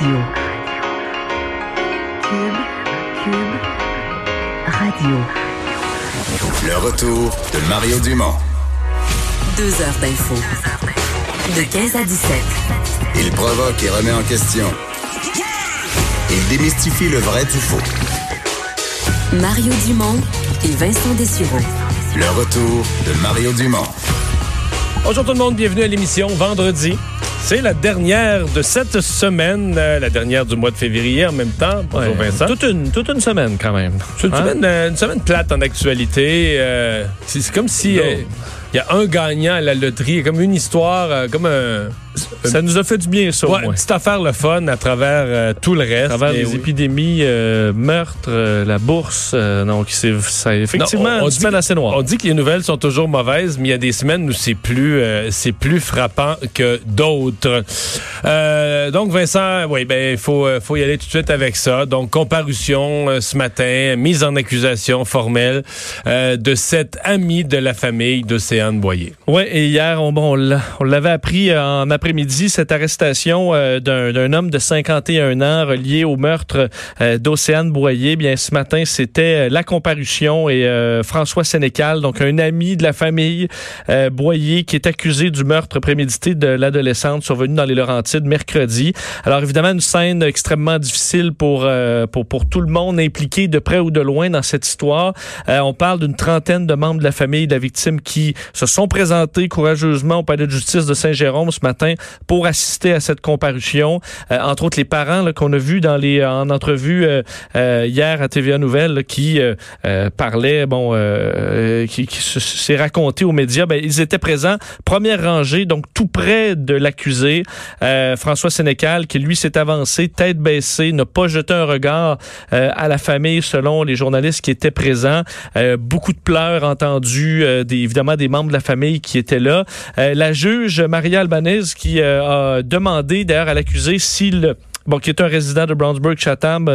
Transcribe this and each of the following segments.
Radio. Cube Radio. Le retour de Mario Dumont. 2 heures d'info. De 15 à 17. Il provoque et remet en question. Il démystifie le vrai du faux. Mario Dumont et Vincent Dessureau. Le retour de Mario Dumont. Bonjour tout le monde, bienvenue à l'émission Vendredi. C'est la dernière de cette semaine, la dernière du mois de février en même temps. Bonjour Vincent. Toute une semaine quand même. C'est une semaine plate en actualité. C'est comme si il y a un gagnant à la loterie, comme une histoire, comme un... Ça nous a fait du bien, ça, au moins. Une petite affaire le fun à travers tout le reste. À travers les épidémies, meurtres, la bourse. Donc, c'est effectivement une semaine assez noire. On dit que les nouvelles sont toujours mauvaises, mais il y a des semaines où c'est plus frappant que d'autres. Donc, Vincent, oui, il faut y aller tout de suite avec ça. Donc, comparution ce matin, mise en accusation formelle de cette amie de la famille d'Océane Boyer. Oui, et hier, on l'avait appris en après-midi, cette arrestation d'un homme de 51 ans relié au meurtre d'Océane Boyer. Bien, ce matin, c'était la comparution et François Sénécal, donc un ami de la famille Boyer, qui est accusé du meurtre prémédité de l'adolescente survenu dans les Laurentides mercredi. Alors, évidemment, une scène extrêmement difficile pour tout le monde impliqué de près ou de loin dans cette histoire. On parle d'une trentaine de membres de la famille de la victime qui se sont présentés courageusement au palais de justice de Saint-Jérôme ce matin pour assister à cette comparution. Entre autres, les parents là, qu'on a vus en entrevue hier à TVA Nouvelles là, qui parlaient, qui s'est raconté aux médias. Ils étaient présents, première rangée, donc tout près de l'accusé, François Sénécal, qui lui s'est avancé, tête baissée, n'a pas jeté un regard à la famille selon les journalistes qui étaient présents. Beaucoup de pleurs entendus, évidemment des membres de la famille qui étaient là. La juge Maria Albanese qui a demandé d'ailleurs à l'accusé qui est un résident de Brownsburg-Chatham,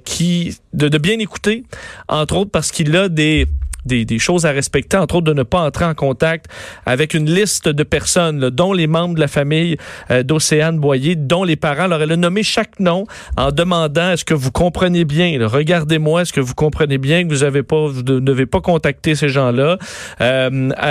de bien écouter, entre autres parce qu'il a des choses à respecter, entre autres de ne pas entrer en contact avec une liste de personnes, là, dont les membres de la famille d'Océane Boyer, dont les parents. Alors, elle a nommé chaque nom en demandant, est-ce que vous comprenez bien, là, regardez-moi, est-ce que vous comprenez bien que vous ne devez pas contacter ces gens-là? Mais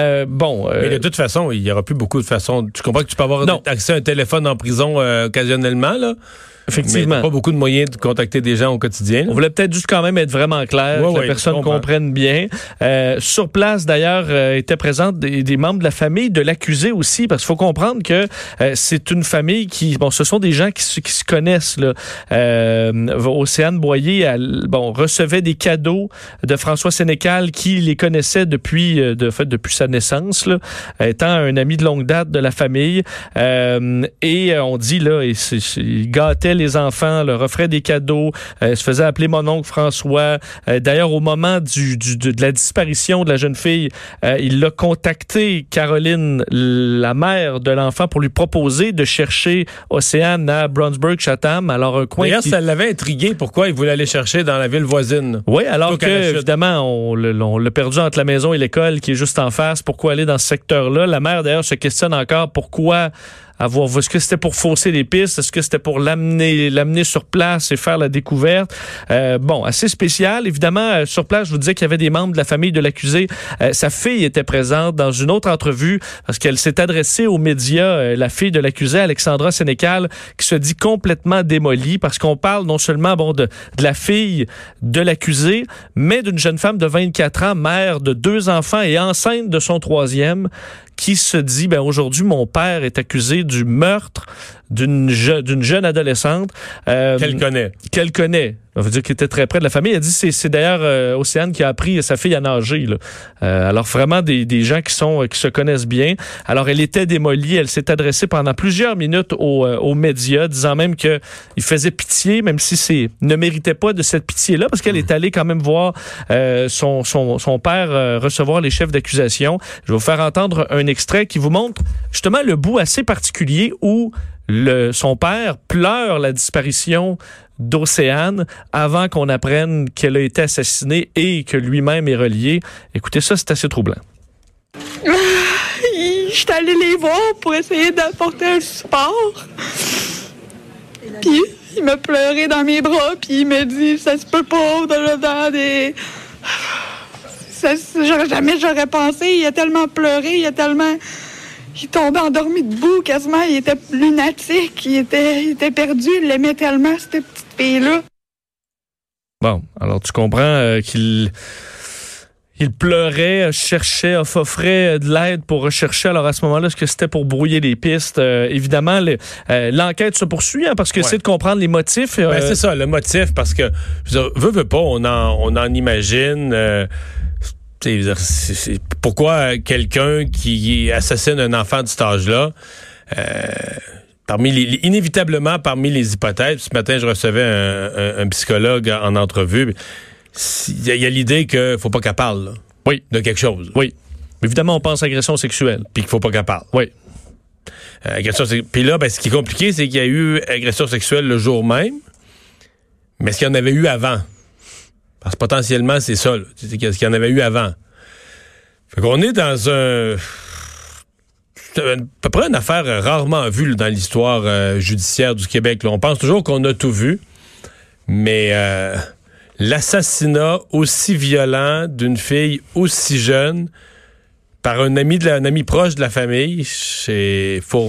de toute façon, il n'y aura plus beaucoup de façons. Tu comprends que tu peux avoir accès à un téléphone en prison occasionnellement, là? Effectivement. Mais pas beaucoup de moyens de contacter des gens au quotidien. On voulait peut-être juste quand même être vraiment clair, que la personne comprenne bien. Sur place, d'ailleurs, étaient présentes des membres de la famille de l'accusé aussi, parce qu'il faut comprendre que c'est une famille ce sont des gens qui se connaissent, là. Océane Boyer, recevait des cadeaux de François Sénécal, qui les connaissait depuis sa naissance, là, étant un ami de longue date de la famille. Et on dit, là, il gâtait les enfants, leur offrait des cadeaux, se faisait appeler mon oncle François. D'ailleurs, au moment de la disparition de la jeune fille, il a contacté Caroline, la mère de l'enfant, pour lui proposer de chercher Océane à Brownsburg-Chatham. Alors, un coin d'ailleurs, ça l'avait intrigué. Pourquoi il voulait aller chercher dans la ville voisine? Oui, alors que, évidemment, on l'a perdu entre la maison et l'école qui est juste en face. Pourquoi aller dans ce secteur-là? La mère, d'ailleurs, se questionne encore pourquoi est-ce que c'était pour fausser les pistes? Est-ce que c'était pour l'amener sur place et faire la découverte? Assez spécial. Évidemment, sur place, je vous disais qu'il y avait des membres de la famille de l'accusé. Sa fille était présente dans une autre entrevue parce qu'elle s'est adressée aux médias, la fille de l'accusé, Alexandra Sénécal, qui se dit complètement démolie parce qu'on parle non seulement de la fille de l'accusé, mais d'une jeune femme de 24 ans, mère de 2 enfants et enceinte de son 3e, qui se dit, aujourd'hui, mon père est accusé du meurtre d'une jeune adolescente. Qu'elle connaît. On veut dire qu'il était très près de la famille. Elle dit c'est d'ailleurs Océane qui a appris sa fille à nager. Là. Alors vraiment des gens qui se connaissent bien. Alors elle était démolie. Elle s'est adressée pendant plusieurs minutes aux médias, disant même que il faisait pitié, même si ne méritait pas de cette pitié-là, parce qu'elle est allée quand même voir son père recevoir les chefs d'accusation. Je vais vous faire entendre un extrait qui vous montre justement le bout assez particulier où son père pleure la disparition d'Océane avant qu'on apprenne qu'elle a été assassinée et que lui-même est relié. Écoutez ça, c'est assez troublant. Je suis allée les voir pour essayer d'apporter un support. Puis il m'a pleuré dans mes bras, puis il m'a dit « Ça se peut pas, dans des... » Jamais j'aurais pensé. Il a tellement pleuré, il tombait endormi debout quasiment. Il était lunatique, il était perdu. Il l'aimait tellement, cette petite fille-là. Bon, alors tu comprends qu'il pleurait, cherchait, offrait de l'aide pour rechercher. Alors à ce moment-là, est-ce que c'était pour brouiller les pistes? Évidemment, l'enquête se poursuit parce que c'est de comprendre les motifs. C'est ça, le motif, parce que veut pas, on en imagine. Pourquoi quelqu'un qui assassine un enfant de cet âge-là, inévitablement parmi les hypothèses, ce matin je recevais un psychologue en entrevue, il y a l'idée qu'il faut pas qu'elle parle de quelque chose. Oui. Évidemment, on pense à agression sexuelle. Puis qu'il faut pas qu'elle parle. Oui. Puis là, ce qui est compliqué, c'est qu'il y a eu agression sexuelle le jour même, mais est-ce qu'il y en avait eu avant? Parce que potentiellement, c'est ça. C'est ce qu'il y en avait eu avant. Fait qu'on est dans à peu près une affaire rarement vue dans l'histoire judiciaire du Québec. Là. On pense toujours qu'on a tout vu, mais l'assassinat aussi violent d'une fille aussi jeune par un ami proche de la famille, c'est faux.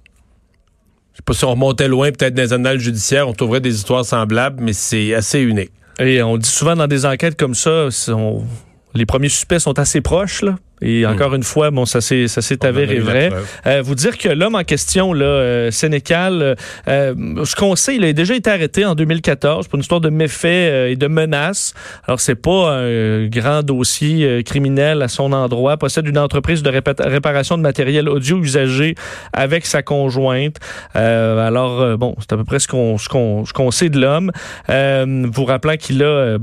Je sais pas si on remontait loin, peut-être dans les annales judiciaires, on trouverait des histoires semblables, mais c'est assez unique. Et on dit souvent dans des enquêtes comme ça, les premiers suspects sont assez proches, là. Et encore une fois, ça s'est avéré vrai. Vous dire que l'homme en question, là, Sénécal, ce qu'on sait, il a déjà été arrêté en 2014 pour une histoire de méfaits et de menaces. Alors, c'est pas un grand dossier criminel à son endroit. Possède une entreprise de réparation de matériel audio usagé avec sa conjointe. Alors, c'est à peu près ce qu'on sait de l'homme. Vous rappelant qu'il a,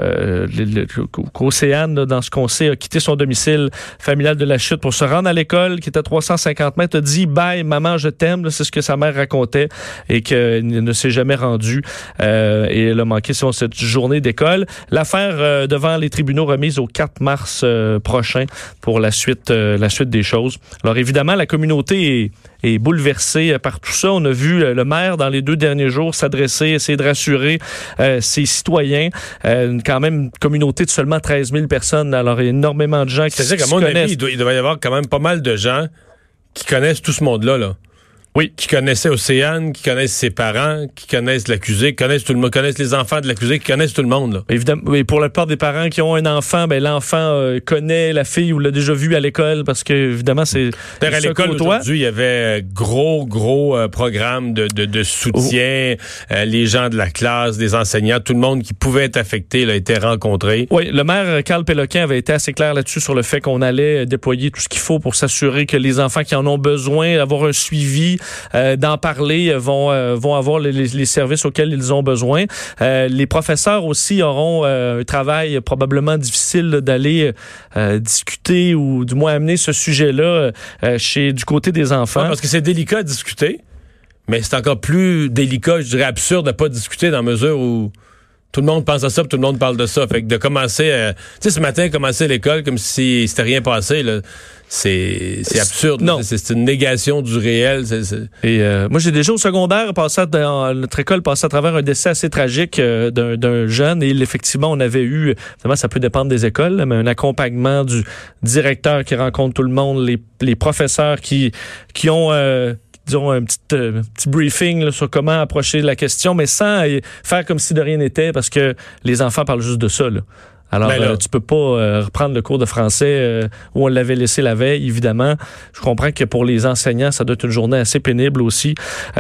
qu'Océane, dans ce qu'on sait, a quitté son domicile familial de la Chute pour se rendre à l'école qui était à 350 mètres, a dit « Bye, maman, je t'aime ». C'est ce que sa mère racontait et qu'il ne s'est jamais rendu. Et elle a manqué cette journée d'école. L'affaire devant les tribunaux remise au 4 mars prochain pour la suite des choses. Alors évidemment, la communauté est bouleversée par tout ça. On a vu le maire dans les 2 derniers jours s'adresser, essayer de rassurer ses citoyens. Quand même une communauté de seulement 13 000 personnes. Alors il y a énormément de gens qui se connaissent. Il doit y avoir quand même pas mal de gens qui connaissent tout ce monde-là. Là. Oui. Qui connaissaient Océane, qui connaissent ses parents, qui connaissent l'accusé, qui connaissent tout le monde, connaissent les enfants de l'accusé, qui connaissent tout le monde. Là. Évidemment, oui, pour la plupart des parents qui ont un enfant, l'enfant connaît la fille ou l'a déjà vu à l'école parce que évidemment c'est. À l'école aujourd'hui, il y avait gros programme de soutien. Les gens de la classe, des enseignants, tout le monde qui pouvait être affecté a été rencontré. Oui, le maire Carl Péloquin avait été assez clair là-dessus sur le fait qu'on allait déployer tout ce qu'il faut pour s'assurer que les enfants qui en ont besoin, avoir un suivi, d'en parler, vont avoir les services auxquels ils ont besoin. Les professeurs aussi auront un travail probablement difficile d'aller discuter ou du moins amener ce sujet-là du côté des enfants. Ouais, parce que c'est délicat à discuter, mais c'est encore plus délicat, je dirais absurde de pas discuter dans la mesure où tout le monde pense à ça, puis tout le monde parle de ça. Fait que de commencer, ce matin, commencer l'école comme si c'était rien passé, là, c'est absurde. Non. C'est une négation du réel. Et moi, j'ai déjà au secondaire notre école passait à travers un décès assez tragique d'un jeune. Et effectivement, on avait eu, évidemment, ça peut dépendre des écoles, là, mais un accompagnement du directeur qui rencontre tout le monde, les professeurs qui ont disons, un petit briefing là, sur comment approcher la question, mais sans faire comme si de rien n'était, parce que les enfants parlent juste de ça. Là. Alors, tu peux pas reprendre le cours de français où on l'avait laissé la veille, évidemment. Je comprends que pour les enseignants, ça doit être une journée assez pénible aussi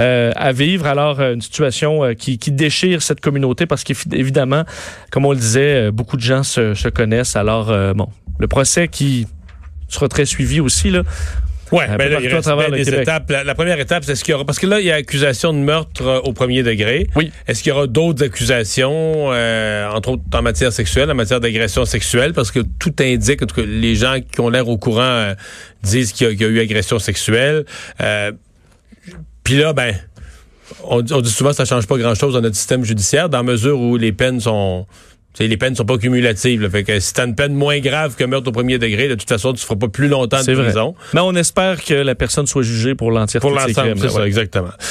à vivre. Alors, une situation qui déchire cette communauté parce qu'évidemment, comme on le disait, beaucoup de gens se connaissent. Alors, le procès qui sera très suivi aussi, là. Oui, il reste des étapes. La première étape, c'est ce qu'il y aura. Parce que là, il y a accusation de meurtre au premier degré. Oui. Est-ce qu'il y aura d'autres accusations, entre autres en matière sexuelle, en matière d'agression sexuelle? Parce que tout indique, en tout cas, les gens qui ont l'air au courant disent qu'il y a eu agression sexuelle. Puis là, on dit souvent que ça change pas grand-chose dans notre système judiciaire, dans la mesure où les peines sont pas cumulatives. Là. Fait que si t'as une peine moins grave que meurtre au premier degré, de toute façon, tu feras pas plus longtemps de prison. Mais on espère que la personne soit jugée pour l'entièreté de ses crimes. C'est ça, exactement.